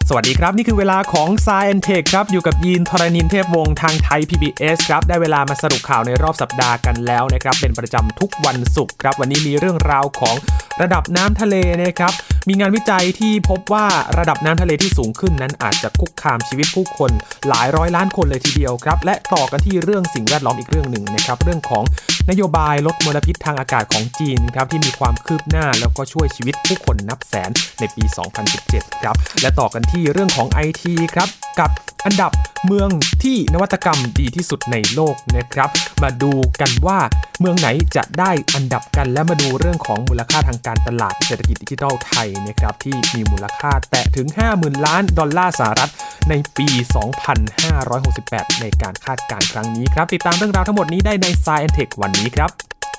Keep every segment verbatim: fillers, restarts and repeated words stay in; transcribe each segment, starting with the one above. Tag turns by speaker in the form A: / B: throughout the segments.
A: สวัสดีครับนี่คือเวลาของ Science Tech ครับอยู่กับยีนทรณินเทพวงศ์ทางไทย พี บี เอส ครับได้เวลามาสรุปข่าวในรอบสัปดาห์กันแล้วนะครับเป็นประจำทุกวันศุกร์ครับวันนี้มีเรื่องราวของระดับน้ำทะเลนะครับมีงานวิจัยที่พบว่าระดับน้ำทะเลที่สูงขึ้นนั้นอาจจะคุกคามชีวิตผู้คนหลายร้อยล้านคนเลยทีเดียวครับและต่อกันที่เรื่องสิ่งแวดล้อมอีกเรื่องหนึ่งนะครับเรื่องของนโยบายลดมลพิษทางอากาศของจีนครับที่มีความคืบหน้าแล้วก็ช่วยชีวิตผู้คนนับแสนในปี สองพันสิบเจ็ด ครับและต่อกันที่เรื่องของ ไอ ที ครับกับอันดับเมืองที่นวัตกรรมดีที่สุดในโลกนะครับมาดูกันว่าเมืองไหนจะได้อันดับกันและมาดูเรื่องของมูลค่าทางการตลาดเศรษฐกิจดิจิทัลไทยนะครับที่มีมูลค่าแตะถึง ห้าหมื่น ล้านดอลลาร์สหรัฐในปี สองพันห้าร้อยหกสิบแปด ในการคาดการณ์ครั้งนี้ครับติดตามเรื่องราวทั้งหมดนี้ได้ใน Science Tech วันนี้ครับ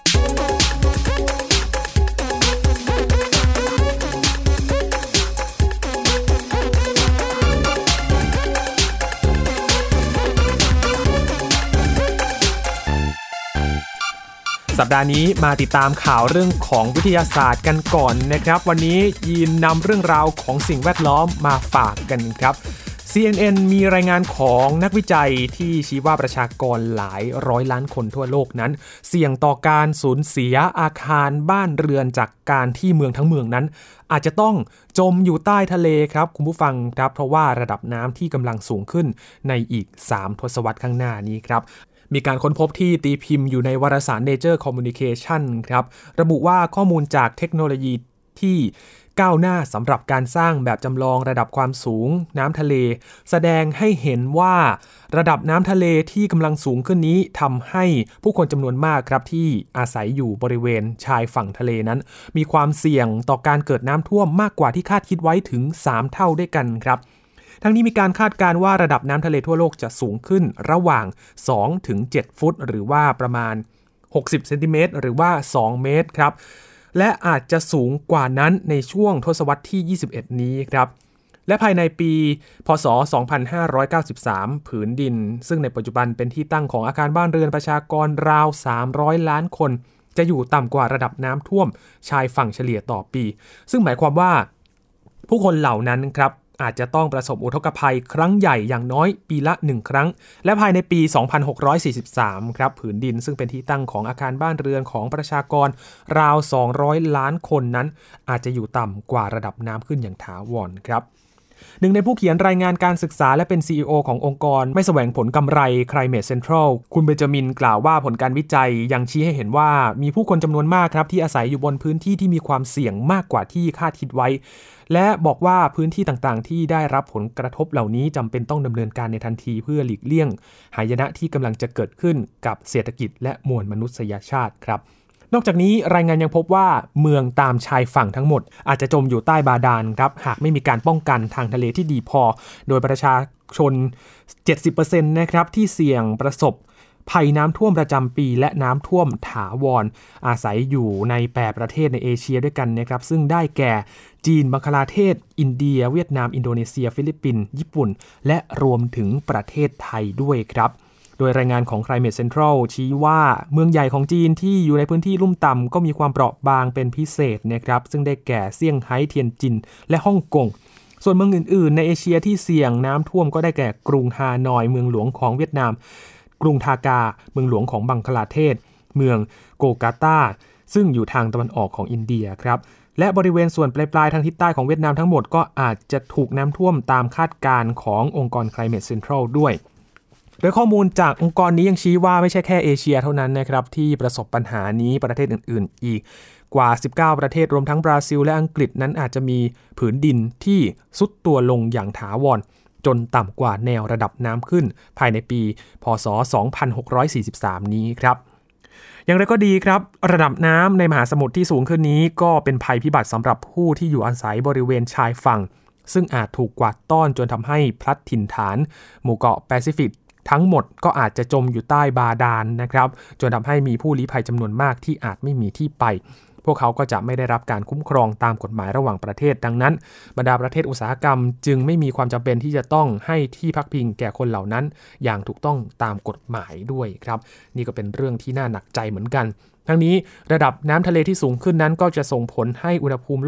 A: สัปดาห์นี้มาติดตามข่าวเรื่องของวิทยาศาสตร์กันก่อนนะครับวันนี้ยีนนำเรื่องราวของสิ่งแวดล้อมมาฝากกันครับ ซี เอ็น เอ็น มีรายงานของนักวิจัยที่ชี้ว่าประชากรหลายร้อยล้านคนทั่วโลกนั้นเสี่ยงต่อการสูญเสียอาคารบ้านเรือนจากการที่เมืองทั้งเมืองนั้นอาจจะต้องจมอยู่ใต้ทะเลครับคุณผู้ฟังครับเพราะว่าระดับน้ำที่กำลังสูงขึ้นในอีกสามทศวรรษข้างหน้านี้ครับมีการค้นพบที่ตีพิมพ์อยู่ในวารสาร Nature Communication ครับระบุว่าข้อมูลจากเทคโนโลยีที่ก้าวหน้าสำหรับการสร้างแบบจำลองระดับความสูงน้ำทะเลแสดงให้เห็นว่าระดับน้ำทะเลที่กำลังสูงขึ้นนี้ทำให้ผู้คนจำนวนมากครับที่อาศัยอยู่บริเวณชายฝั่งทะเลนั้นมีความเสี่ยงต่อการเกิดน้ำท่วมมากกว่าที่คาดคิดไว้ถึงสามเท่าด้วยกันครับทั้งนี้มีการคาดการณ์ว่าระดับน้ำทะเลทั่วโลกจะสูงขึ้นระหว่าง สองถึงเจ็ด ฟุตหรือว่าประมาณหกสิบเซนติเมตรหรือว่าสองเมตรครับและอาจจะสูงกว่านั้นในช่วงทศวรรษที่ยี่สิบเอ็ดนี้ครับและภายในปีพ.ศ. สองพันห้าร้อยเก้าสิบสามผืนดินซึ่งในปัจจุบันเป็นที่ตั้งของอาคารบ้านเรือนประชากรราวสามร้อยล้านคนจะอยู่ต่ำกว่าระดับน้ำท่วมชายฝั่งเฉลี่ยต่อปีซึ่งหมายความว่าผู้คนเหล่านั้นครับอาจจะต้องประสบอุทกภัยครั้งใหญ่อย่างน้อยปีละหนึ่งครั้งและภายในปี สองพันหกร้อยสี่สิบสาม ครับผืนดินซึ่งเป็นที่ตั้งของอาคารบ้านเรือนของประชากรราวสองร้อยล้านคนนั้นอาจจะอยู่ต่ำกว่าระดับน้ำขึ้นอย่างถาวรครับหนึ่งในผู้เขียนรายงานการศึกษาและเป็น ซี อี โอ ขององค์กรไม่แสวงผลกำไร Climate Central คุณเบนจามินกล่าวว่าผลการวิจัยยังชี้ให้เห็นว่ามีผู้คนจำนวนมากครับที่อาศัยอยู่บนพื้นที่ที่มีความเสี่ยงมากกว่าที่คาดคิดไว้และบอกว่าพื้นที่ต่างๆที่ได้รับผลกระทบเหล่านี้จำเป็นต้องดำเนินการในทันทีเพื่อหลีกเลี่ยงหายนะที่กำลังจะเกิดขึ้นกับเศรษฐกิจและมวลมนุษยชาติครับนอกจากนี้รายงานยังพบว่าเมืองตามชายฝั่งทั้งหมดอาจจะจมอยู่ใต้บาดาลครับหากไม่มีการป้องกันทางทะเลที่ดีพอโดยประชาชน เจ็ดสิบเปอร์เซ็นต์ นะครับที่เสี่ยงประสบภัยน้ำท่วมประจำปีและน้ำท่วมถาวรอาศัยอยู่ในแปดประเทศในเอเชียด้วยกันนะครับซึ่งได้แก่จีนบังคลาเทศอินเดียเวียดนามอินโดนีเซียฟิลิปปินส์ญี่ปุ่นและรวมถึงประเทศไทยด้วยครับโดยรายงานของ Climate Central ชี้ว่าเมืองใหญ่ของจีนที่อยู่ในพื้นที่ลุ่มต่ำก็มีความเปราะบางเป็นพิเศษนะครับซึ่งได้แก่เซี่ยงไฮ้เทียนจินและฮ่องกงส่วนเมืองอื่นๆในเอเชียที่เสี่ยงน้ำท่วมก็ได้แก่กรุงฮานอยเมืองหลวงของเวียดนามกรุงทากาเมืองหลวงของบังคลาเทศเมืองโกกาตาซึ่งอยู่ทางตะวันออกของอินเดียครับและบริเวณส่วนปลายๆทางทิศใต้ของเวียดนามทั้งหมดก็อาจจะถูกน้ำท่วมตามคาดการณ์ขององค์กร Climate Central ด้วยโดยข้อมูลจากองค์กรนี้ยังชี้ว่าไม่ใช่แค่เอเชียเท่านั้นนะครับที่ประสบปัญหานี้ประเทศอื่นๆอีกกว่าสิบเก้าประเทศรวมทั้งบราซิลและอังกฤษนั้นอาจจะมีผืนดินที่ทรุดตัวลงอย่างถาวรจนต่ำกว่าแนวระดับน้ำขึ้นภายในปีพ.ศ. สองพันหกร้อยสี่สิบสาม นี้ครับอย่างไรก็ดีครับระดับน้ำในมหาสมุทรที่สูงขึ้นนี้ก็เป็นภัยพิบัติสำหรับผู้ที่อยู่อาศัยบริเวณชายฝั่งซึ่งอาจถูกกวาดต้อนจนทำให้พลัดถิ่นฐานหมู่เกาะแปซิฟิกทั้งหมดก็อาจจะจมอยู่ใต้บาดาลนะครับจนทำให้มีผู้ลี้ภัยจำนวนมากที่อาจไม่มีที่ไปพวกเขาก็จะไม่ได้รับการคุ้มครองตามกฎหมายระหว่างประเทศดังนั้นบรรดาประเทศอุตสาหกรรมจึงไม่มีความจำเป็นที่จะต้องให้ที่พักพิงแก่คนเหล่านั้นอย่างถูกต้องตามกฎหมายด้วยครับนี่ก็เป็นเรื่องที่น่าหนักใจเหมือนกันทั้งนี้ระดับน้ำทะเลที่สูงขึ้นนั้นก็จะส่งผลให้อุณหภูมิโลก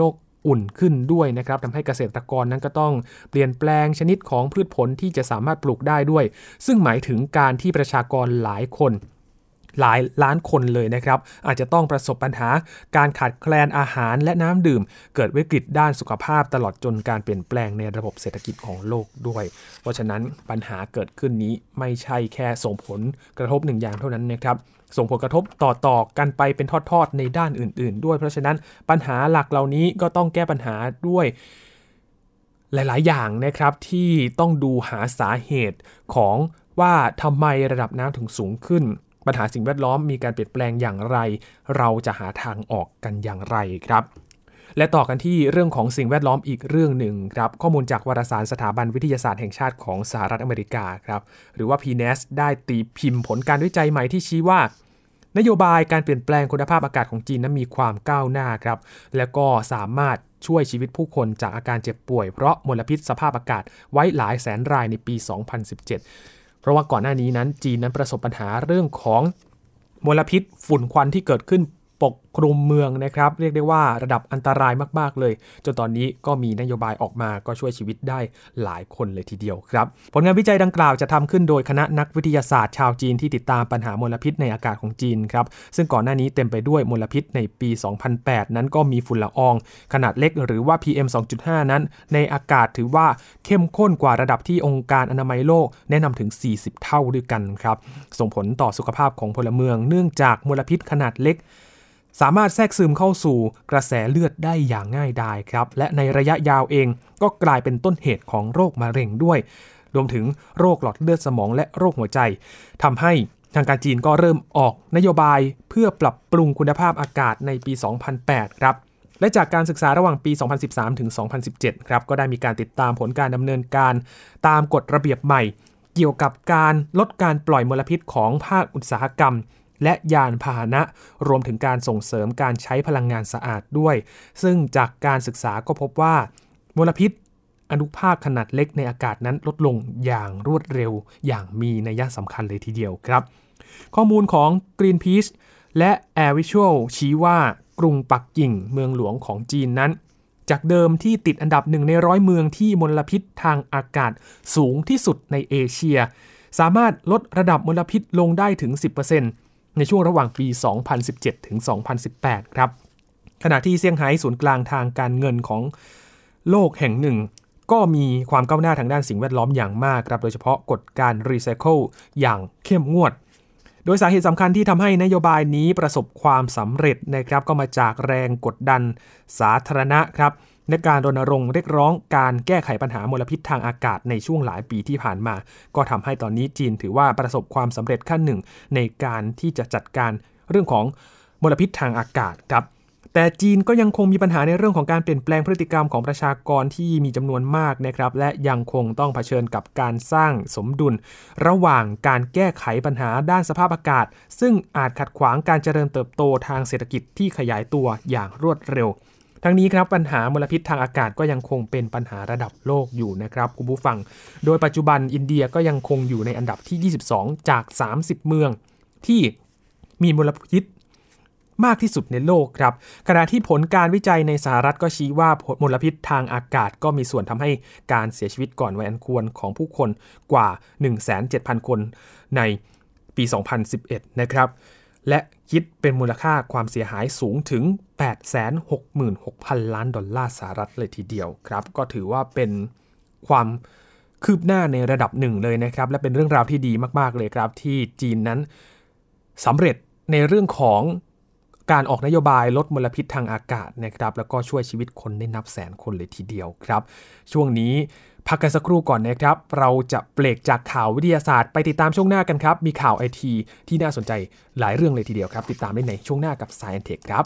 A: อุ่นขึ้นด้วยนะครับทำให้เกษตรกรนั้นก็ต้องเปลี่ยนแปลงชนิดของพืชผลที่จะสามารถปลูกได้ด้วยซึ่งหมายถึงการที่ประชากรหลายคนหลายล้านคนเลยนะครับอาจจะต้องประสบปัญหาการขาดแคลนอาหารและน้ำดื่มเกิดวิกฤตด้านสุขภาพตลอดจนการเปลี่ยนแปลงในระบบเศรษฐกิจของโลกด้วยเพราะฉะนั้นปัญหาเกิดขึ้นนี้ไม่ใช่แค่ส่งผลกระทบหนึ่งอย่างเท่านั้นนะครับส่งผลกระทบต่อๆกันไปเป็นทอดๆในด้านอื่นๆด้วยเพราะฉะนั้นปัญหาหลักเหล่านี้ก็ต้องแก้ปัญหาด้วยหลายๆอย่างนะครับที่ต้องดูหาสาเหตุของว่าทำไมระดับน้ำถึงสูงขึ้นปัญหาสิ่งแวดล้อมมีการเปลี่ยนแปลงอย่างไรเราจะหาทางออกกันอย่างไรครับและต่อกันที่เรื่องของสิ่งแวดล้อมอีกเรื่องหนึ่งครับข้อมูลจากวารสารสถาบันวิทยาศาสตร์แห่งชาติของสหรัฐอเมริกาครับหรือว่า พี เอ็น เอ เอส ได้ตีพิมพ์ผลการวิจัยใหม่ที่ชี้ว่านโยบายการเปลี่ยนแปลงคุณภาพอากาศของจีนนั้นมีความก้าวหน้าครับและก็สามารถช่วยชีวิตผู้คนจากอาการเจ็บป่วยเพราะมลพิษสภาพอากาศไว้หลายแสนรายในปีสองพันสิบเจ็ดเพราะว่าก่อนหน้านี้นั้นจีนนั้นประสบปัญหาเรื่องของมลพิษฝุ่นควันที่เกิดขึ้นปกคลุมเมืองนะครับเรียกได้ว่าระดับอันตรายมากๆเลยจนตอนนี้ก็มีนโยบายออกมาก็ช่วยชีวิตได้หลายคนเลยทีเดียวครับผลงานวิจัยดังกล่าวจะทำขึ้นโดยคณะนักวิทยาศาสตร์ชาวจีนที่ติดตามปัญหามลพิษในอากาศของจีนครับซึ่งก่อนหน้านี้เต็มไปด้วยมลพิษในปีสองพันแปดนั้นก็มีฝุ่นละอองขนาดเล็กหรือว่า พี เอ็ม สองจุดห้า นั้นในอากาศถือว่าเข้มข้นกว่าระดับที่องค์การอนามัยโลกแนะนำถึงสี่สิบเท่าด้วยกันครับส่งผลต่อสุขภาพของพลเมืองเนื่องจากมลพิษขนาดเล็กสามารถแทรกซึมเข้าสู่กระแสเลือดได้อย่างง่ายดายครับและในระยะยาวเองก็กลายเป็นต้นเหตุของโรคมะเร็งด้วยรวมถึงโรคหลอดเลือดสมองและโรคหัวใจทำให้ทางการจีนก็เริ่มออกนโยบายเพื่อปรับปรุงคุณภาพอากาศในปีสองพันแปดครับและจากการศึกษาระหว่างปีสองพันสิบสามถึงสองพันสิบเจ็ดครับก็ได้มีการติดตามผลการดำเนินการตามกฎระเบียบใหม่เกี่ยวกับการลดการปล่อยมลพิษของภาคอุตสาหกรรมและยานพาหนะรวมถึงการส่งเสริมการใช้พลังงานสะอาดด้วยซึ่งจากการศึกษาก็พบว่ามลพิษอนุภาคขนาดเล็กในอากาศนั้นลดลงอย่างรวดเร็วอย่างมีนัยสำคัญเลยทีเดียวครับข้อมูลของ Greenpeace และ Air Visual ชี้ว่ากรุงปักกิ่งเมืองหลวงของจีนนั้นจากเดิมที่ติดอันดับหนึ่งในร้อยเมืองที่มลพิษทางอากาศสูงที่สุดในเอเชียสามารถลดระดับมลพิษลงได้ถึง สิบเปอร์เซ็นต์ในช่วงระหว่างปี สองพันสิบเจ็ด ถึง สองพันสิบแปด ครับขณะที่เซี่ยงไฮ้ศูนย์กลางทางการเงินของโลกแห่งหนึ่งก็มีความก้าวหน้าทางด้านสิ่งแวดล้อมอย่างมากครับโดยเฉพาะกฎการรีไซเคิลอย่างเข้มงวดโดยสาเหตุสำคัญที่ทำให้นโยบายนี้ประสบความสำเร็จนะครับก็มาจากแรงกดดันสาธารณะครับในการรณรงค์เรียกร้องการแก้ไขปัญหามลพิษทางอากาศในช่วงหลายปีที่ผ่านมาก็ทำให้ตอนนี้จีนถือว่าประสบความสำเร็จขั้นหนึ่งในการที่จะจัดการเรื่องของมลพิษทางอากาศครับแต่จีนก็ยังคงมีปัญหาในเรื่องของการเปลี่ยนแปลงพฤติกรรมของประชากรที่มีจำนวนมากนะครับและยังคงต้องเผชิญกับการสร้างสมดุลระหว่างการแก้ไขปัญหาด้านสภาพอากาศซึ่งอาจขัดขวางการเจริญเติบโตทางเศรษฐกิจที่ขยายตัวอย่างรวดเร็วทั้งนี้ครับปัญหามลพิษทางอากาศก็ยังคงเป็นปัญหาระดับโลกอยู่นะครับคุณผู้ฟังโดยปัจจุบันอินเดียก็ยังคงอยู่ในอันดับที่ยี่สิบสองจากสามสิบเมืองที่มีมลพิษมากที่สุดในโลกครับขณะที่ผลการวิจัยในสหรัฐก็ชี้ว่ามลพิษทางอากาศก็มีส่วนทำให้การเสียชีวิตก่อนวัยอันควรของผู้คนกว่า หนึ่งแสนเจ็ดพัน คนในปีสองพันสิบเอ็ดนะครับและคิดเป็นมูลค่าความเสียหายสูงถึง แปดแสนหกหมื่นหกพัน ล้านดอลลาร์สหรัฐเลยทีเดียวครับก็ถือว่าเป็นความคืบหน้าในระดับหนึ่งเลยนะครับและเป็นเรื่องราวที่ดีมากๆเลยครับที่จีนนั้นสำเร็จในเรื่องของการออกนโยบายลดมลพิษทางอากาศนะครับแล้วก็ช่วยชีวิตคนได้นับแสนคนเลยทีเดียวครับช่วงนี้พักกันสักครู่ก่อนนะครับเราจะเบรกจากข่าววิทยาศาสตร์ไปติดตามช่วงหน้ากันครับมีข่าว ไอ ที ที่น่าสนใจหลายเรื่องเลยทีเดียวครับติดตามได้ในช่วงหน้ากับ Science Tech ครับ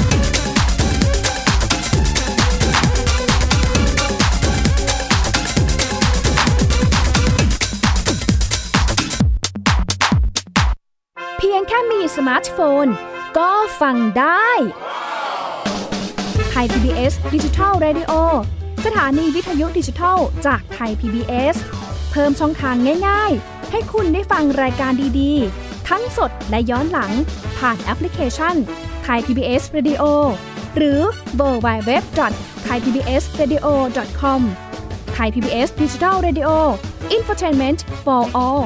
B: เพียงแค่มีสมาร์ทโฟนก็ฟังได้ไทย พี บี เอส Digital Radio สถานีวิทยุดิจิทัลจากไทย พี บี เอส เพิ่มช่องทางง่ายๆให้คุณได้ฟังรายการดีๆทั้งสดและย้อนหลังผ่านแอปพลิเคชัน Thai พี บี เอส Radio หรือ ดับเบิลยู ดับเบิลยู ดับเบิลยู ดอท ไทไทยพีบีเอสเรดิโอ ดอท คอม Thai พี บี เอส Digital Radio Infotainment for all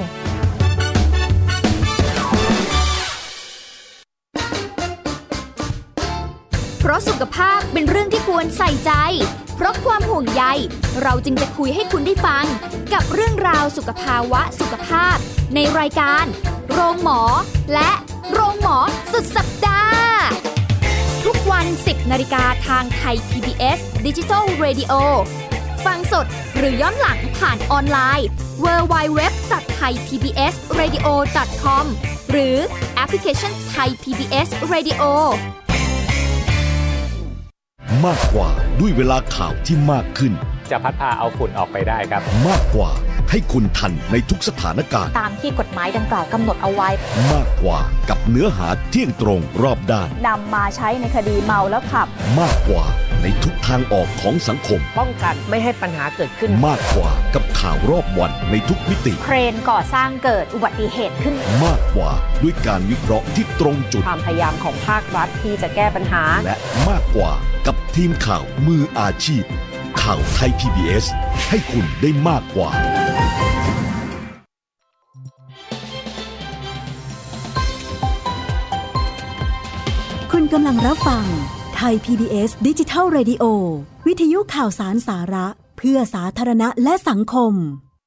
C: เพราะสุขภาพเป็นเรื่องที่ควรใส่ใจเพราะความห่วงใยเราจึงจะคุยให้คุณได้ฟังกับเรื่องราวสุขภาวะสุขภาพในรายการโรงหมอและโรงหมอสุดสัปดาห์ทุกวัน สิบนาฬิกาทางไทย พี บี เอส Digital Radio ฟังสดหรือย้อนหลังผ่านออนไลน์ ดับเบิลยู ดับเบิลยู ดับเบิลยู ดอท ไทยพีบีเอสเรดิโอ ดอท คอม หรือแอปพลิเคชัน Thai พี บี เอส Radio
D: มากกว่าด้วยเวลาข่าวที่มากขึ้น
E: จะพัดพาเอาฝุ่นออกไปได้ครับ
D: มากกว่าให้คุณทันในทุกสถานการณ์
F: ตามที่กฎหมายดังกล่าวกำหนดเอาไว้
D: มากกว่ากับเนื้อหาเที่ยงตรงรอบด้าน
F: นำมาใช้ในคดีเมาแล้วขับ
D: มากกว่าในทุกทางออกของสังคม
F: ป้องกันไม่ให้ปัญหาเกิดขึ้น
D: มากกว่ากับข่าวรอบวันในทุกมิติ
F: เครนก่อสร้างเกิดอุบัติเหตุขึ้น
D: มากกว่าด้วยการวิเคราะห์ที่ตรงจุด
F: ความพยายามของภาครัฐที่จะแก้ปัญหา
D: และมากกว่ากับทีมข่าวมืออาชีพข่าวไทย พี บี เอส ให้คุณได้มากกว่า
G: คุณกำลังรับฟังไทย พี บี เอส Digital Radio วิทยุข่าวสารสาระเพื่อสาธารณะและสังคม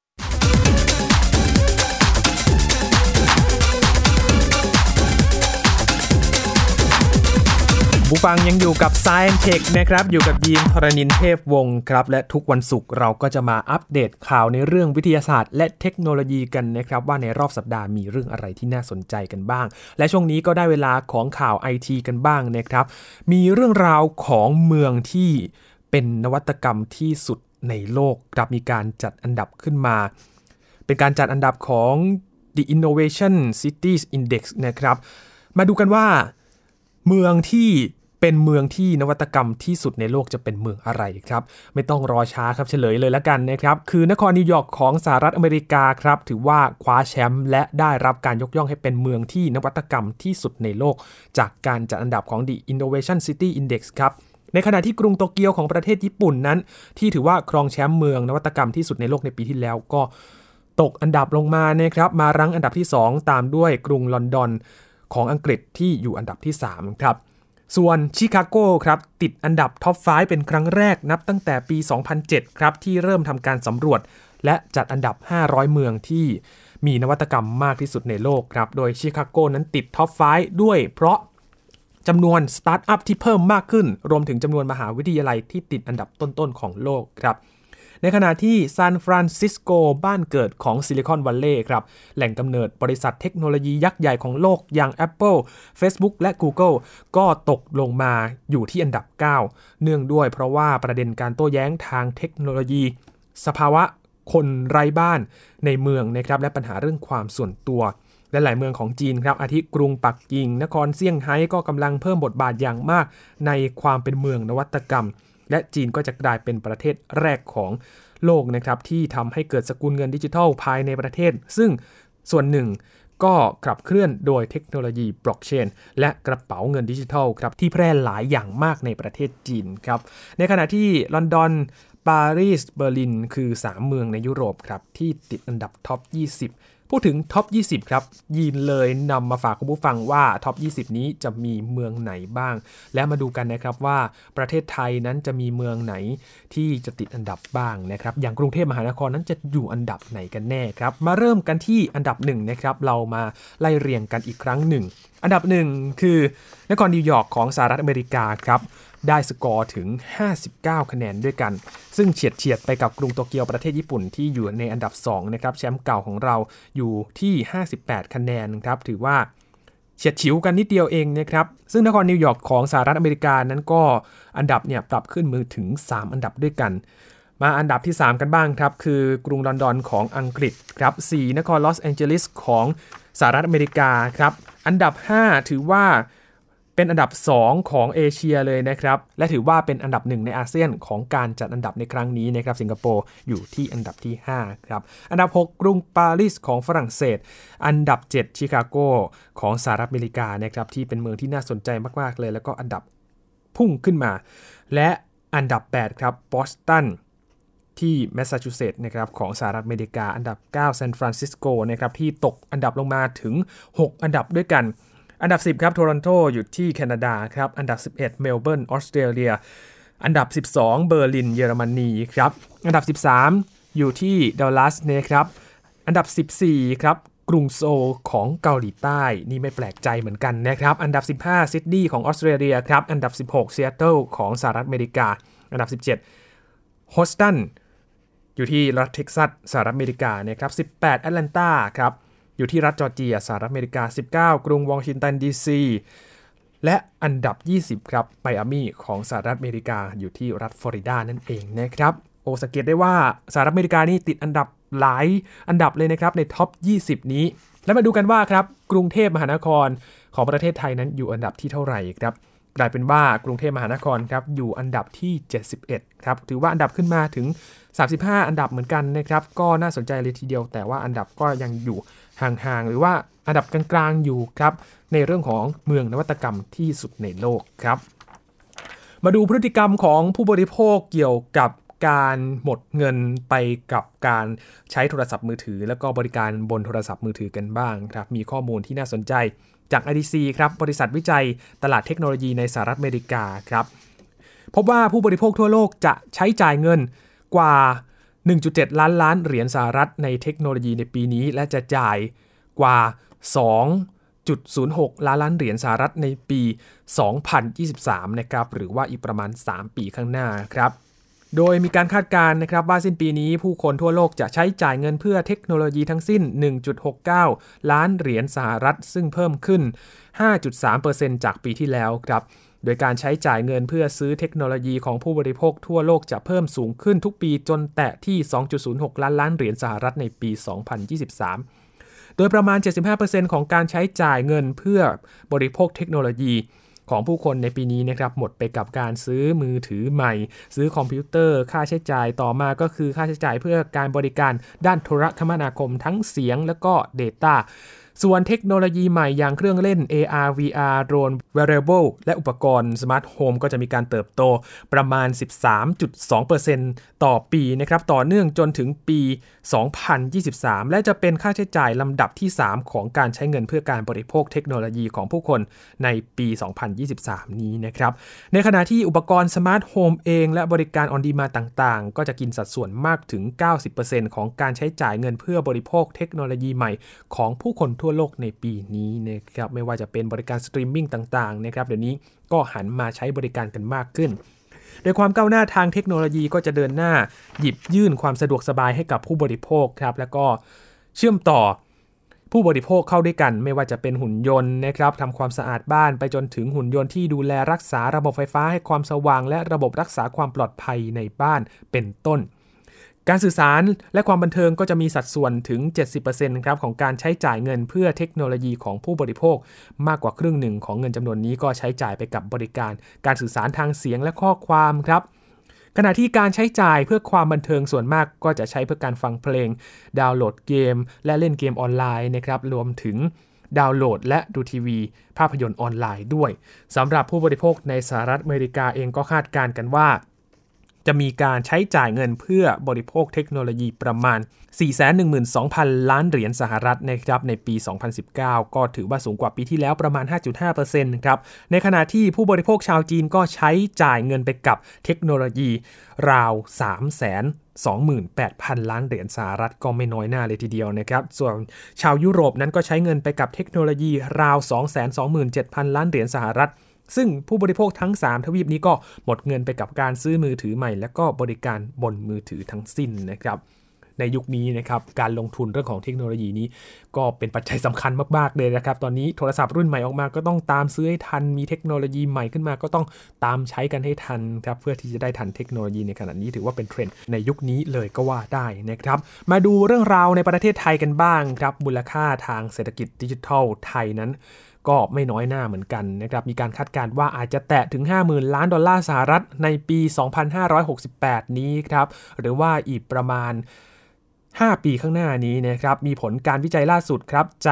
A: ผู้ฟังยังอยู่กับ Science Tech นะครับอยู่กับยีนธรณินทร์เทพวงศ์ครับและทุกวันศุกร์เราก็จะมาอัปเดตข่าวในเรื่องวิทยาศาสตร์และเทคโนโลยีกันนะครับว่าในรอบสัปดาห์มีเรื่องอะไรที่น่าสนใจกันบ้างและช่วงนี้ก็ได้เวลาของข่าว ไอ ที กันบ้างนะครับมีเรื่องราวของเมืองที่เป็นนวัตกรรมที่สุดในโลกครับมีการจัดอันดับขึ้นมาเป็นการจัดอันดับของ The Innovation Cities Index นะครับมาดูกันว่าเมืองที่เป็นเมืองที่นวัตกรรมที่สุดในโลกจะเป็นเมืองอะไรครับไม่ต้องรอช้าครับเฉลยเลยละกันนะครับคือนครนิวยอร์กของสหรัฐอเมริกาครับถือว่าคว้าแชมป์และได้รับการยกย่องให้เป็นเมืองที่นวัตกรรมที่สุดในโลกจากการจัดอันดับของ The Innovation City Index ครับในขณะที่กรุงโตเกียวของประเทศญี่ปุ่นนั้นที่ถือว่าครองแชมป์เมืองนวัตกรรมที่สุดในโลกในปีที่แล้วก็ตกอันดับลงมานะครับมารั้งอันดับที่สองตามด้วยกรุงลอนดอนของอังกฤษที่อยู่อันดับที่สามครับส่วนชิคาโกครับติดอันดับท็อปไฟว์เป็นครั้งแรกนับตั้งแต่ปี สองพันเจ็ด ครับที่เริ่มทำการสำรวจและจัดอันดับห้าร้อยเมืองที่มีนวัตกรรมมากที่สุดในโลกครับโดยชิคาโกนั้นติดท็อปไฟว์ด้วยเพราะจำนวนสตาร์ทอัพที่เพิ่มมากขึ้นรวมถึงจำนวนมหาวิทยาลัยที่ติดอันดับต้นๆของโลกครับในขณะที่ซานฟรานซิสโกบ้านเกิดของซิลิคอนวัลเลย์ครับแหล่งกำเนิดบริษัทเทคโนโลยียักษ์ใหญ่ของโลกอย่าง Apple Facebook และ Google ก็ตกลงมาอยู่ที่อันดับเก้าเนื่องด้วยเพราะว่าประเด็นการโต้แย้งทางเทคโนโลยีสภาวะคนไร้บ้านในเมืองนะครับและปัญหาเรื่องความส่วนตัวและหลายเมืองของจีนครับอาทิกรุงปักกิ่งนครเซี่ยงไฮ้ก็กำลังเพิ่มบทบาทอย่างมากในความเป็นเมืองนวัตกรรมและจีนก็จะกลายเป็นประเทศแรกของโลกนะครับที่ทำให้เกิดสกุลเงินดิจิทัลภายในประเทศซึ่งส่วนหนึ่งก็ขับเคลื่อนโดยเทคโนโลยีบล็อกเชนและกระเป๋าเงินดิจิทัลครับที่แพร่หลายอย่างมากในประเทศจีนครับในขณะที่ลอนดอนปารีสเบอร์ลินคือสามเมืองในยุโรปครับที่ติดอันดับท็อปยี่สิบพูดถึงท็อปยี่สิบครับยีนเลยนำมาฝากคุณผู้ฟังว่าท็อปยี่สิบนี้จะมีเมืองไหนบ้างและมาดูกันนะครับว่าประเทศไทยนั้นจะมีเมืองไหนที่จะติดอันดับบ้างนะครับอย่างกรุงเทพมหานครนั้นจะอยู่อันดับไหนกันแน่ครับมาเริ่มกันที่อันดับหนึ่งนะครับเรามาไล่เรียงกันอีกครั้งหนึ่งอันดับหนึ่งคือนครนิวยอร์กของสหรัฐอเมริกาครับได้สกอร์ถึงห้าสิบเก้าคะแนนด้วยกันซึ่งเฉียดเฉียดไปกับกรุงโตเกียวประเทศญี่ปุ่นที่อยู่ในอันดับสองนะครับแชมป์เก่าของเราอยู่ที่ห้าสิบแปดคะแนนครับถือว่าเฉียดฉิวกันนิดเดียวเองนะครับซึ่งนครนิวยอร์กของสหรัฐอเมริกานั้นก็อันดับเนี่ยปรับขึ้นมือถึงสามอันดับด้วยกันมาอันดับที่สามกันบ้างครับคือกรุงลอนดอนของอังกฤษครับสี่นครลอสแองเจลิสของสหรัฐอเมริกาครับอันดับห้าถือว่าเป็นอันดับสองของเอเชียเลยนะครับและถือว่าเป็นอันดับหนึ่งในอาเซียนของการจัดอันดับในครั้งนี้นะครับสิงคโปร์อยู่ที่อันดับที่ห้าครับอันดับหกกรุงปารีสของฝรั่งเศสอันดับเจ็ดชิคาโกของสหรัฐอเมริกานะครับที่เป็นเมืองที่น่าสนใจมากๆเลยแล้วก็อันดับพุ่งขึ้นมาและอันดับแปดครับบอสตันที่แมสซาชูเซตส์นะครับของสหรัฐอเมริกาอันดับเก้าซานฟรานซิสโกนะครับที่ตกอันดับลงมาถึงหกอันดับด้วยกันอันดับสิบครับโทรอนโตอยู่ที่แคนาดาครับอันดับสิบเอ็ดเมลเบิร์นออสเตรเลียอันดับสิบสองเบอร์ลินเยอรมนีครับอันดับสิบสามอยู่ที่ดัลลัสนะครับอันดับสิบสี่ครับกรุงโซลของเกาหลีใต้นี่ไม่แปลกใจเหมือนกันนะครับอันดับสิบห้าซิดนีย์ของออสเตรเลียครับอันดับสิบหกซีแอตเทิลของสหรัฐอเมริกาอันดับสิบเจ็ดฮอสตันอยู่ที่รัฐเท็กซัสสหรัฐอเมริกานะครับสิบแปดแอตแลนตาครับอยู่ที่รัฐจอร์เจียสหรัฐอเมริกาสิบเก้ากรุงวอชิงตันดีซีและอันดับยี่สิบครับไมอามี่ของสหรัฐอเมริกาอยู่ที่รัฐฟลอริดานั่นเองนะครับโอ้สังเกตได้ว่าสหรัฐอเมริกานี่ติดอันดับหลายอันดับเลยนะครับในท็อปยี่สิบนี้แล้วมาดูกันว่าครับกรุงเทพมหานครของประเทศไทยนั้นอยู่อันดับที่เท่าไหร่ครับกลายเป็นว่ากรุงเทพมหานครครับอยู่อันดับที่เจ็ดสิบเอ็ดครับถือว่าอันดับขึ้นมาถึงสามสิบห้าอันดับเหมือนกันนะครับก็น่าสนใจเลยทีเดียวแต่ว่าอันดับก็ยังอยู่ห่างๆหรือว่าอันดับกลางๆอยู่ครับในเรื่องของเมืองนวัตกรรมที่สุดในโลกครับมาดูพฤติกรรมของผู้บริโภคเกี่ยวกับการหมดเงินไปกับการใช้โทรศัพท์มือถือแล้วก็บริการบนโทรศัพท์มือถือกันบ้างครับมีข้อมูลที่น่าสนใจจาก ไอ ดี ซี ครับบริษัทวิจัยตลาดเทคโนโลยีในสหรัฐอเมริกาครับพบว่าผู้บริโภคทั่วโลกจะใช้จ่ายเงินกว่า หนึ่งจุดเจ็ด ล้านล้านเหรียญสหรัฐในเทคโนโลยีในปีนี้และจะจ่ายกว่า สองจุดศูนย์หก ล้านล้านเหรียญสหรัฐในปี สองพันยี่สิบสาม นะครับหรือว่าอีกประมาณสามปีข้างหน้าครับโดยมีการคาดการณ์นะครับว่าสิ้นปีนี้ผู้คนทั่วโลกจะใช้จ่ายเงินเพื่อเทคโนโลยีทั้งสิ้น หนึ่งจุดหกเก้า ล้านเหรียญสหรัฐซึ่งเพิ่มขึ้น ห้าจุดสามเปอร์เซ็นต์ จากปีที่แล้วครับโดยการใช้จ่ายเงินเพื่อซื้อเทคโนโลยีของผู้บริโภคทั่วโลกจะเพิ่มสูงขึ้นทุกปีจนแตะที่ สองจุดศูนย์หก ล้านล้านเหรียญสหรัฐในปี สองพันยี่สิบสาม โดยประมาณ เจ็ดสิบห้าเปอร์เซ็นต์ ของการใช้จ่ายเงินเพื่อบริโภคเทคโนโลยีของผู้คนในปีนี้นะครับหมดไปกับการซื้อมือถือใหม่ซื้อคอมพิวเตอร์ค่าใช้จ่ายต่อมาก็คือค่าใช้จ่ายเพื่อการบริการด้านโทรคมนาคมทั้งเสียงและก็ Data ส่วนเทคโนโลยีใหม่อย่างเครื่องเล่น เอ อาร์ วี อาร์ โดรน Wearable และอุปกรณ์สมาร์ทโฮมก็จะมีการเติบโตประมาณ สิบสามจุดสองเปอร์เซ็นต์ ต่อปีนะครับต่อเนื่องจนถึงปี สองพันยี่สิบสาม และจะเป็นค่าใช้จ่ายลำดับที่ สาม ของการใช้เงินเพื่อการบริโภคเทคโนโลยีของผู้คนในปี สองพันยี่สิบสาม นี้นะครับในขณะที่อุปกรณ์สมาร์ทโฮมเองและบริการออนดีมานด์ต่างๆก็จะกินสัดส่วนมากถึง เก้าสิบเปอร์เซ็นต์ ของการใช้จ่ายเงินเพื่อบริโภคเทคโนโลยีใหม่ของผู้คนทั่วโลกในปีนี้นะครับไม่ว่าจะเป็นบริการสตรีมมิ่งต่างๆนะครับเดี๋ยวนี้ก็หันมาใช้บริการกันมากขึ้นโดยความก้าวหน้าทางเทคโนโลยีก็จะเดินหน้าหยิบยื่นความสะดวกสบายให้กับผู้บริโภคครับแล้วก็เชื่อมต่อผู้บริโภคเข้าด้วยกันไม่ว่าจะเป็นหุ่นยนต์นะครับทำความสะอาดบ้านไปจนถึงหุ่นยนต์ที่ดูแลรักษาระบบไฟฟ้าให้ความสว่างและระบบรักษาความปลอดภัยในบ้านเป็นต้นการสื่อสารและความบันเทิงก็จะมีสัดส่วนถึง เจ็ดสิบเปอร์เซ็นต์ ครับของการใช้จ่ายเงินเพื่อเทคโนโลยีของผู้บริโภคมากกว่าครึ่งหนึ่งของเงินจำนวนนี้ก็ใช้จ่ายไปกับบริการการสื่อสารทางเสียงและข้อความครับขณะที่การใช้จ่ายเพื่อความบันเทิงส่วนมากก็จะใช้เพื่อการฟังเพลงดาวน์โหลดเกมและเล่นเกมออนไลน์นะครับรวมถึงดาวน์โหลดและดูทีวีภาพยนตร์ออนไลน์ด้วยสำหรับผู้บริโภคในสหรัฐอเมริกาเองก็คาดการณ์กันว่าจะมีการใช้จ่ายเงินเพื่อบริโภคเทคโนโลยีประมาณ สี่แสนหนึ่งหมื่นสองพัน ล้านเหรียญสหรัฐนะครับในปี สองพันสิบเก้า ก็ถือว่าสูงกว่าปีที่แล้วประมาณ ห้าจุดห้าเปอร์เซ็นต์ ครับในขณะที่ผู้บริโภคชาวจีนก็ใช้จ่ายเงินไปกับเทคโนโลยีราว สามแสนสองหมื่นแปดพัน ล้านเหรียญสหรัฐก็ไม่น้อยหน้าเลยทีเดียวนะครับส่วนชาวยุโรปนั้นก็ใช้เงินไปกับเทคโนโลยีราว สองแสนสองหมื่นเจ็ดพัน ล้านเหรียญสหรัฐซึ่งผู้บริโภคทั้งสามทวีปนี้ก็หมดเงินไปกับการซื้อมือถือใหม่และก็บริการบนมือถือทั้งสิ้นนะครับในยุคนี้นะครับการลงทุนเรื่องของเทคโนโลยีนี้ก็เป็นปัจจัยสำคัญมากๆเลยนะครับตอนนี้โทรศัพท์รุ่นใหม่ออกมาก็ต้องตามซื้อให้ทันมีเทคโนโลยีใหม่ขึ้นมาก็ต้องตามใช้กันให้ทันครับเพื่อที่จะได้ทันเทคโนโลยีในขณะนี้ถือว่าเป็นเทรนด์ในยุคนี้เลยก็ว่าได้นะครับมาดูเรื่องราวในประเทศไทยกันบ้างครับมูลค่าทางเศรษฐกิจดิจิทัลไทยนั้นก็ไม่น้อยหน้าเหมือนกันนะครับมีการคาดการณ์ว่าอาจจะแตะถึง ห้าหมื่น ล้านดอลลาร์สหรัฐในปี สองพันห้าร้อยหกสิบแปด นี้ครับหรือว่าอีกประมาณห้าปีข้างหน้านี้นะครับมีผลการวิจัยล่าสุดครับจาก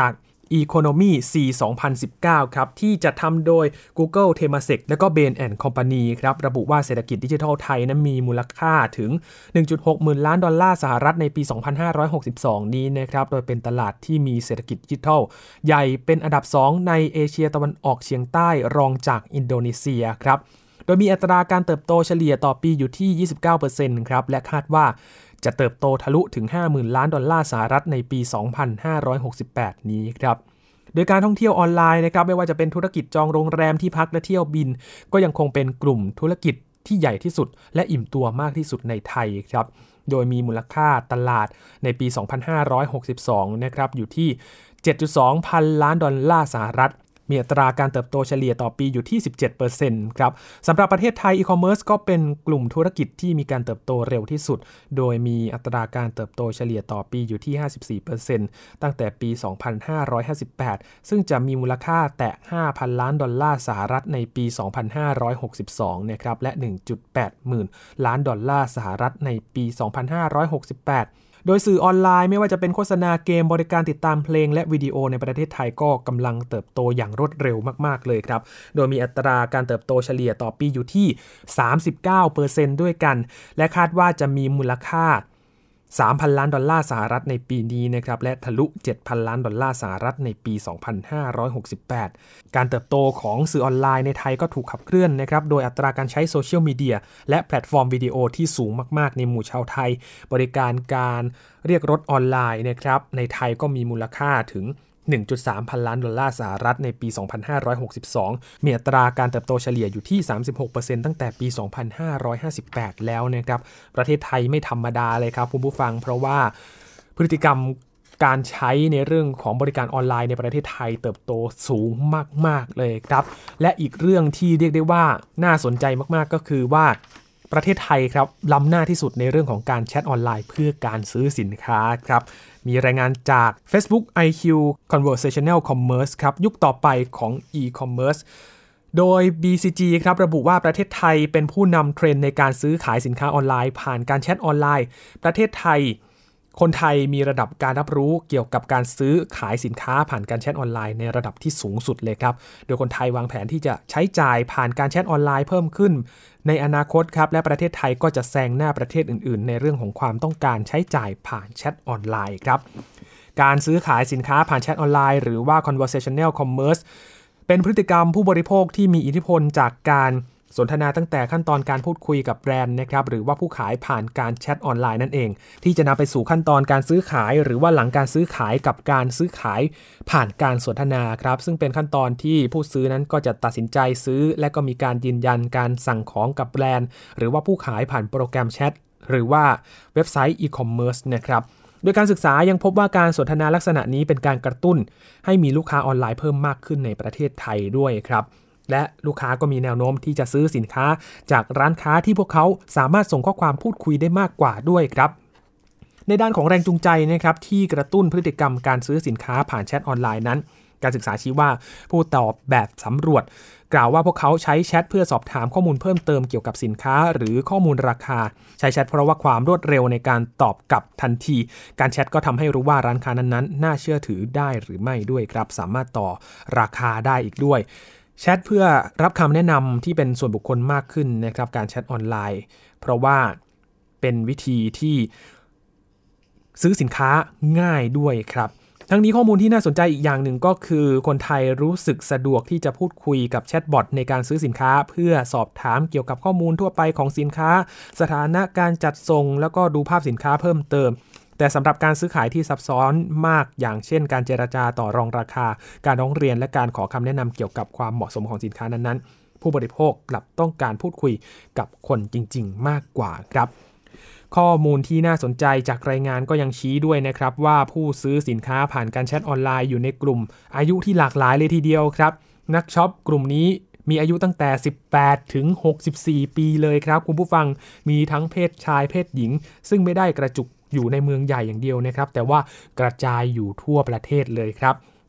A: Economy ซี สองพันสิบเก้า ครับที่จัดทำโดย Google Temasek และก็ Bain แอนด์ Company ครับระบุว่าเศรษฐกิจดิจิทัลไทยนั้นมีมูลค่าถึง หนึ่งจุดหก หมื่นล้านดอลลาร์สหรัฐในปี สองพันห้าร้อยหกสิบสอง นี้นะครับโดยเป็นตลาดที่มีเศรษฐกิจดิจิทัลใหญ่เป็นอันดับสองในเอเชียตะวันออกเฉียงใต้รองจากอินโดนีเซียครับโดยมีอัตราการเติบโตเฉลี่ยต่อปีอยู่ที่ ยี่สิบเก้าเปอร์เซ็นต์ ครับและคาดว่าจะเติบโตทะลุถึง ห้าหมื่นล้านดอลลาร์สหรัฐในปี สองพันห้าร้อยหกสิบแปด นี้ครับโดยการท่องเที่ยวออนไลน์นะครับไม่ว่าจะเป็นธุรกิจจองโรงแรมที่พักและเที่ยวบินก็ยังคงเป็นกลุ่มธุรกิจที่ใหญ่ที่สุดและอิ่มตัวมากที่สุดในไทยครับโดยมีมูลค่าตลาดในปี สองพันห้าร้อยหกสิบสอง นะครับอยู่ที่ เจ็ดจุดสอง พันล้านดอลลาร์สหรัฐมีอัตราการเติบโตเฉลี่ยต่อปีอยู่ที่ สิบเจ็ดเปอร์เซ็นต์ ครับสำหรับประเทศไทยอีคอมเมิร์ซก็เป็นกลุ่มธุรกิจที่มีการเติบโตเร็วที่สุดโดยมีอัตราการเติบโตเฉลี่ยต่อปีอยู่ที่ ห้าสิบสี่เปอร์เซ็นต์ ตั้งแต่ปี สองพันห้าร้อยห้าสิบแปด ซึ่งจะมีมูลค่าแตะ ห้าพันล้านดอลลาร์สหรัฐในปี สองพันห้าร้อยหกสิบสอง นะครับและ หนึ่งจุดแปด หมื่นล้านดอลลาร์สหรัฐในปี สองพันห้าร้อยหกสิบแปดโดยสื่อออนไลน์ไม่ว่าจะเป็นโฆษณาเกมบริการติดตามเพลงและวิดีโอในประเทศไทยก็กำลังเติบโตอย่างรวดเร็วมากๆเลยครับโดยมีอัตราการเติบโตเฉลี่ยต่อปีอยู่ที่ สามสิบเก้าเปอร์เซ็นต์ ด้วยกันและคาดว่าจะมีมูลค่า สามพันล้านดอลลาร์สหรัฐในปีนี้นะครับและทะลุ เจ็ดพันล้านดอลลาร์สหรัฐในปี สองพันห้าร้อยหกสิบแปด การเติบโตของสื่อออนไลน์ในไทยก็ถูกขับเคลื่อนนะครับโดยอัตราการใช้โซเชียลมีเดียและแพลตฟอร์มวิดีโอที่สูงมากๆในหมู่ชาวไทยบริการการเรียกรถออนไลน์นะครับในไทยก็มีมูลค่าถึง หนึ่งจุดสาม พันล้านดอลลาร์สหรัฐในปี สองพันห้าร้อยหกสิบสอง มีอัตราการเติบโตเฉลี่ยอยู่ที่ สามสิบหกเปอร์เซ็นต์ ตั้งแต่ปี สองพันห้าร้อยห้าสิบแปด แล้วนะครับประเทศไทยไม่ธรรมดาเลยครับคุณผู้ฟังเพราะว่าพฤติกรรมการใช้ในเรื่องของบริการออนไลน์ในประเทศไทยเติบโตสูงมากๆเลยครับและอีกเรื่องที่เรียกได้ว่าน่าสนใจมากๆก็คือว่าประเทศไทยครับล้ำหน้าที่สุดในเรื่องของการแชทออนไลน์เพื่อการซื้อสินค้าครับมีรายงานจาก Facebook ไอ คิว Conversational Commerce ครับยุคต่อไปของ e-commerce โดย บี ซี จี ครับระบุว่าประเทศไทยเป็นผู้นำเทรนด์ในการซื้อขายสินค้าออนไลน์ผ่านการแชทออนไลน์ประเทศไทยคนไทยมีระดับการรับรู้เกี่ยวกับการซื้อขายสินค้าผ่านการแชทออนไลน์ในระดับที่สูงสุดเลยครับโดยคนไทยวางแผนที่จะใช้จ่ายผ่านการแชทออนไลน์เพิ่มขึ้นในอนาคตครับและประเทศไทยก็จะแซงหน้าประเทศอื่นๆในเรื่องของความต้องการใช้จ่ายผ่านแชทออนไลน์ครับการซื้อขายสินค้าผ่านแชทออนไลน์หรือว่า conversational commerce เป็นพฤติกรรมผู้บริโภคที่มีอิทธิพลจากการสนทนาตั้งแต่ขั้นตอนการพูดคุยกับแบรนด์นะครับหรือว่าผู้ขายผ่านการแชทออนไลน์นั่นเองที่จะนำไปสู่ขั้นตอนการซื้อขายหรือว่าหลังการซื้อขายกับการซื้อขายผ่านการสนทนาครับซึ่งเป็นขั้นตอนที่ผู้ซื้อนั้นก็จะตัดสินใจซื้อและก็มีการยืนยันการสั่งของกับแบรนด์หรือว่าผู้ขายผ่านโปรแกรมแชทหรือว่าเว็บไซต์อีคอมเมิร์ซนะครับโดยการศึกษายังพบว่าการสนทนาลักษณะนี้เป็นการกระตุ้นให้มีลูกค้าออนไลน์เพิ่มมากขึ้นในประเทศไทยด้วยครับและลูกค้าก็มีแนวโน้มที่จะซื้อสินค้าจากร้านค้าที่พวกเขาสามารถส่งข้อความพูดคุยได้มากกว่าด้วยครับในด้านของแรงจูงใจนะครับที่กระตุ้นพฤติกรรมการซื้อสินค้าผ่านแชทออนไลน์นั้นการศึกษาชี้ว่าผู้ตอบแบบสำรวจกล่าวว่าพวกเขาใช้แชทเพื่อสอบถามข้อมูลเพิ่มเติมเกี่ยวกับสินค้าหรือข้อมูลราคาใช้แชทเพราะว่าความรวดเร็วในการตอบกลับทันทีการแชทก็ทำให้รู้ว่าร้านค้านั้นๆน่าเชื่อถือได้หรือไม่ด้วยครับสามารถต่อราคาได้อีกด้วยแชทเพื่อรับคำแนะนำที่เป็นส่วนบุคคลมากขึ้นนะครับการแชทออนไลน์เพราะว่าเป็นวิธีที่ซื้อสินค้าง่ายด้วยครับทั้งนี้ข้อมูลที่น่าสนใจอีกอย่างหนึ่งก็คือคนไทยรู้สึกสะดวกที่จะพูดคุยกับแชทบอทในการซื้อสินค้าเพื่อสอบถามเกี่ยวกับข้อมูลทั่วไปของสินค้าสถานะการจัดส่งแล้วก็ดูภาพสินค้าเพิ่มเติมแต่สำหรับการซื้อขายที่ซับซ้อนมากอย่างเช่นการเจรจาต่อรองราคาการร้องเรียนและการขอคำแนะนำเกี่ยวกับความเหมาะสมของสินค้านั้นๆผู้บริโภคกลับต้องการพูดคุยกับคนจริงๆมากกว่าครับข้อมูลที่น่าสนใจจากรายงานก็ยังชี้ด้วยนะครับว่าผู้ซื้อสินค้าผ่านการแชทออนไลน์อยู่ในกลุ่มอายุที่หลากหลายเลยทีเดียวครับนักช็อปกลุ่มนี้มีอายุตั้งแต่สิบแปดถึงหกสิบสี่ปีเลยครับคุณผู้ฟังมีทั้งเพศชายเพศหญิงซึ่งไม่ได้กระจุกอยู่ในเมืองใหญ่อย่างเดียวนะครับแต่ว่ากระจายอยู่ทั่วประเทศเลยครับ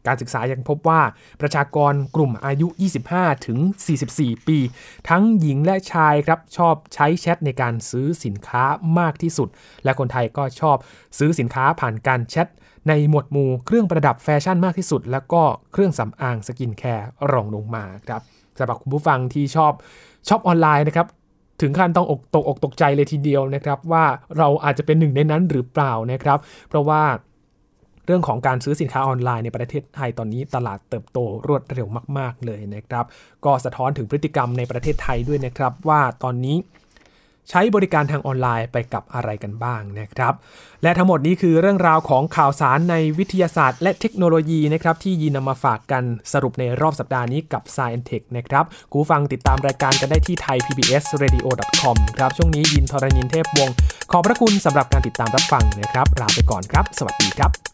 A: การศึกษายังพบว่าประชากรกลุ่มอายุ ยี่สิบห้าถึงสี่สิบสี่ ปีทั้งหญิงและชายครับชอบใช้แชทในการซื้อสินค้ามากที่สุดและคนไทยก็ชอบซื้อสินค้าผ่านการแชทในหมวดหมู่เครื่องประดับแฟชั่นมากที่สุดแล้วก็เครื่องสำอางสกินแคร์รองลงมาครับสำหรับคุณผู้ฟังที่ชอบช็อปออนไลน์นะครับถึงขั้นต้องอกตกอกตกใจเลยทีเดียวนะครับว่าเราอาจจะเป็นหนึ่งในนั้นหรือเปล่านะครับเพราะว่าเรื่องของการซื้อสินค้าออนไลน์ในประเทศไทยตอนนี้ตลาดเติบโตรวดเร็วมากๆเลยนะครับก็สะท้อนถึงพฤติกรรมในประเทศไทยด้วยนะครับว่าตอนนี้ใช้บริการทางออนไลน์ไปกับอะไรกันบ้างนะครับและทั้งหมดนี้คือเรื่องราวของข่าวสารในวิทยาศาสตร์และเทคโนโลยีนะครับที่ยีนนำมาฝากกันสรุปในรอบสัปดาห์นี้กับ Science Tech นะครับคุณฟังติดตามรายการกันได้ที่ ไทยพีบีเอสเรดิโอ ดอท คอม ครับช่วงนี้ยินทรณินเทพวงศ์ขอบพระคุณสำหรับการติดตามรับฟังนะครับลาไปก่อนครับสวัสดีครับ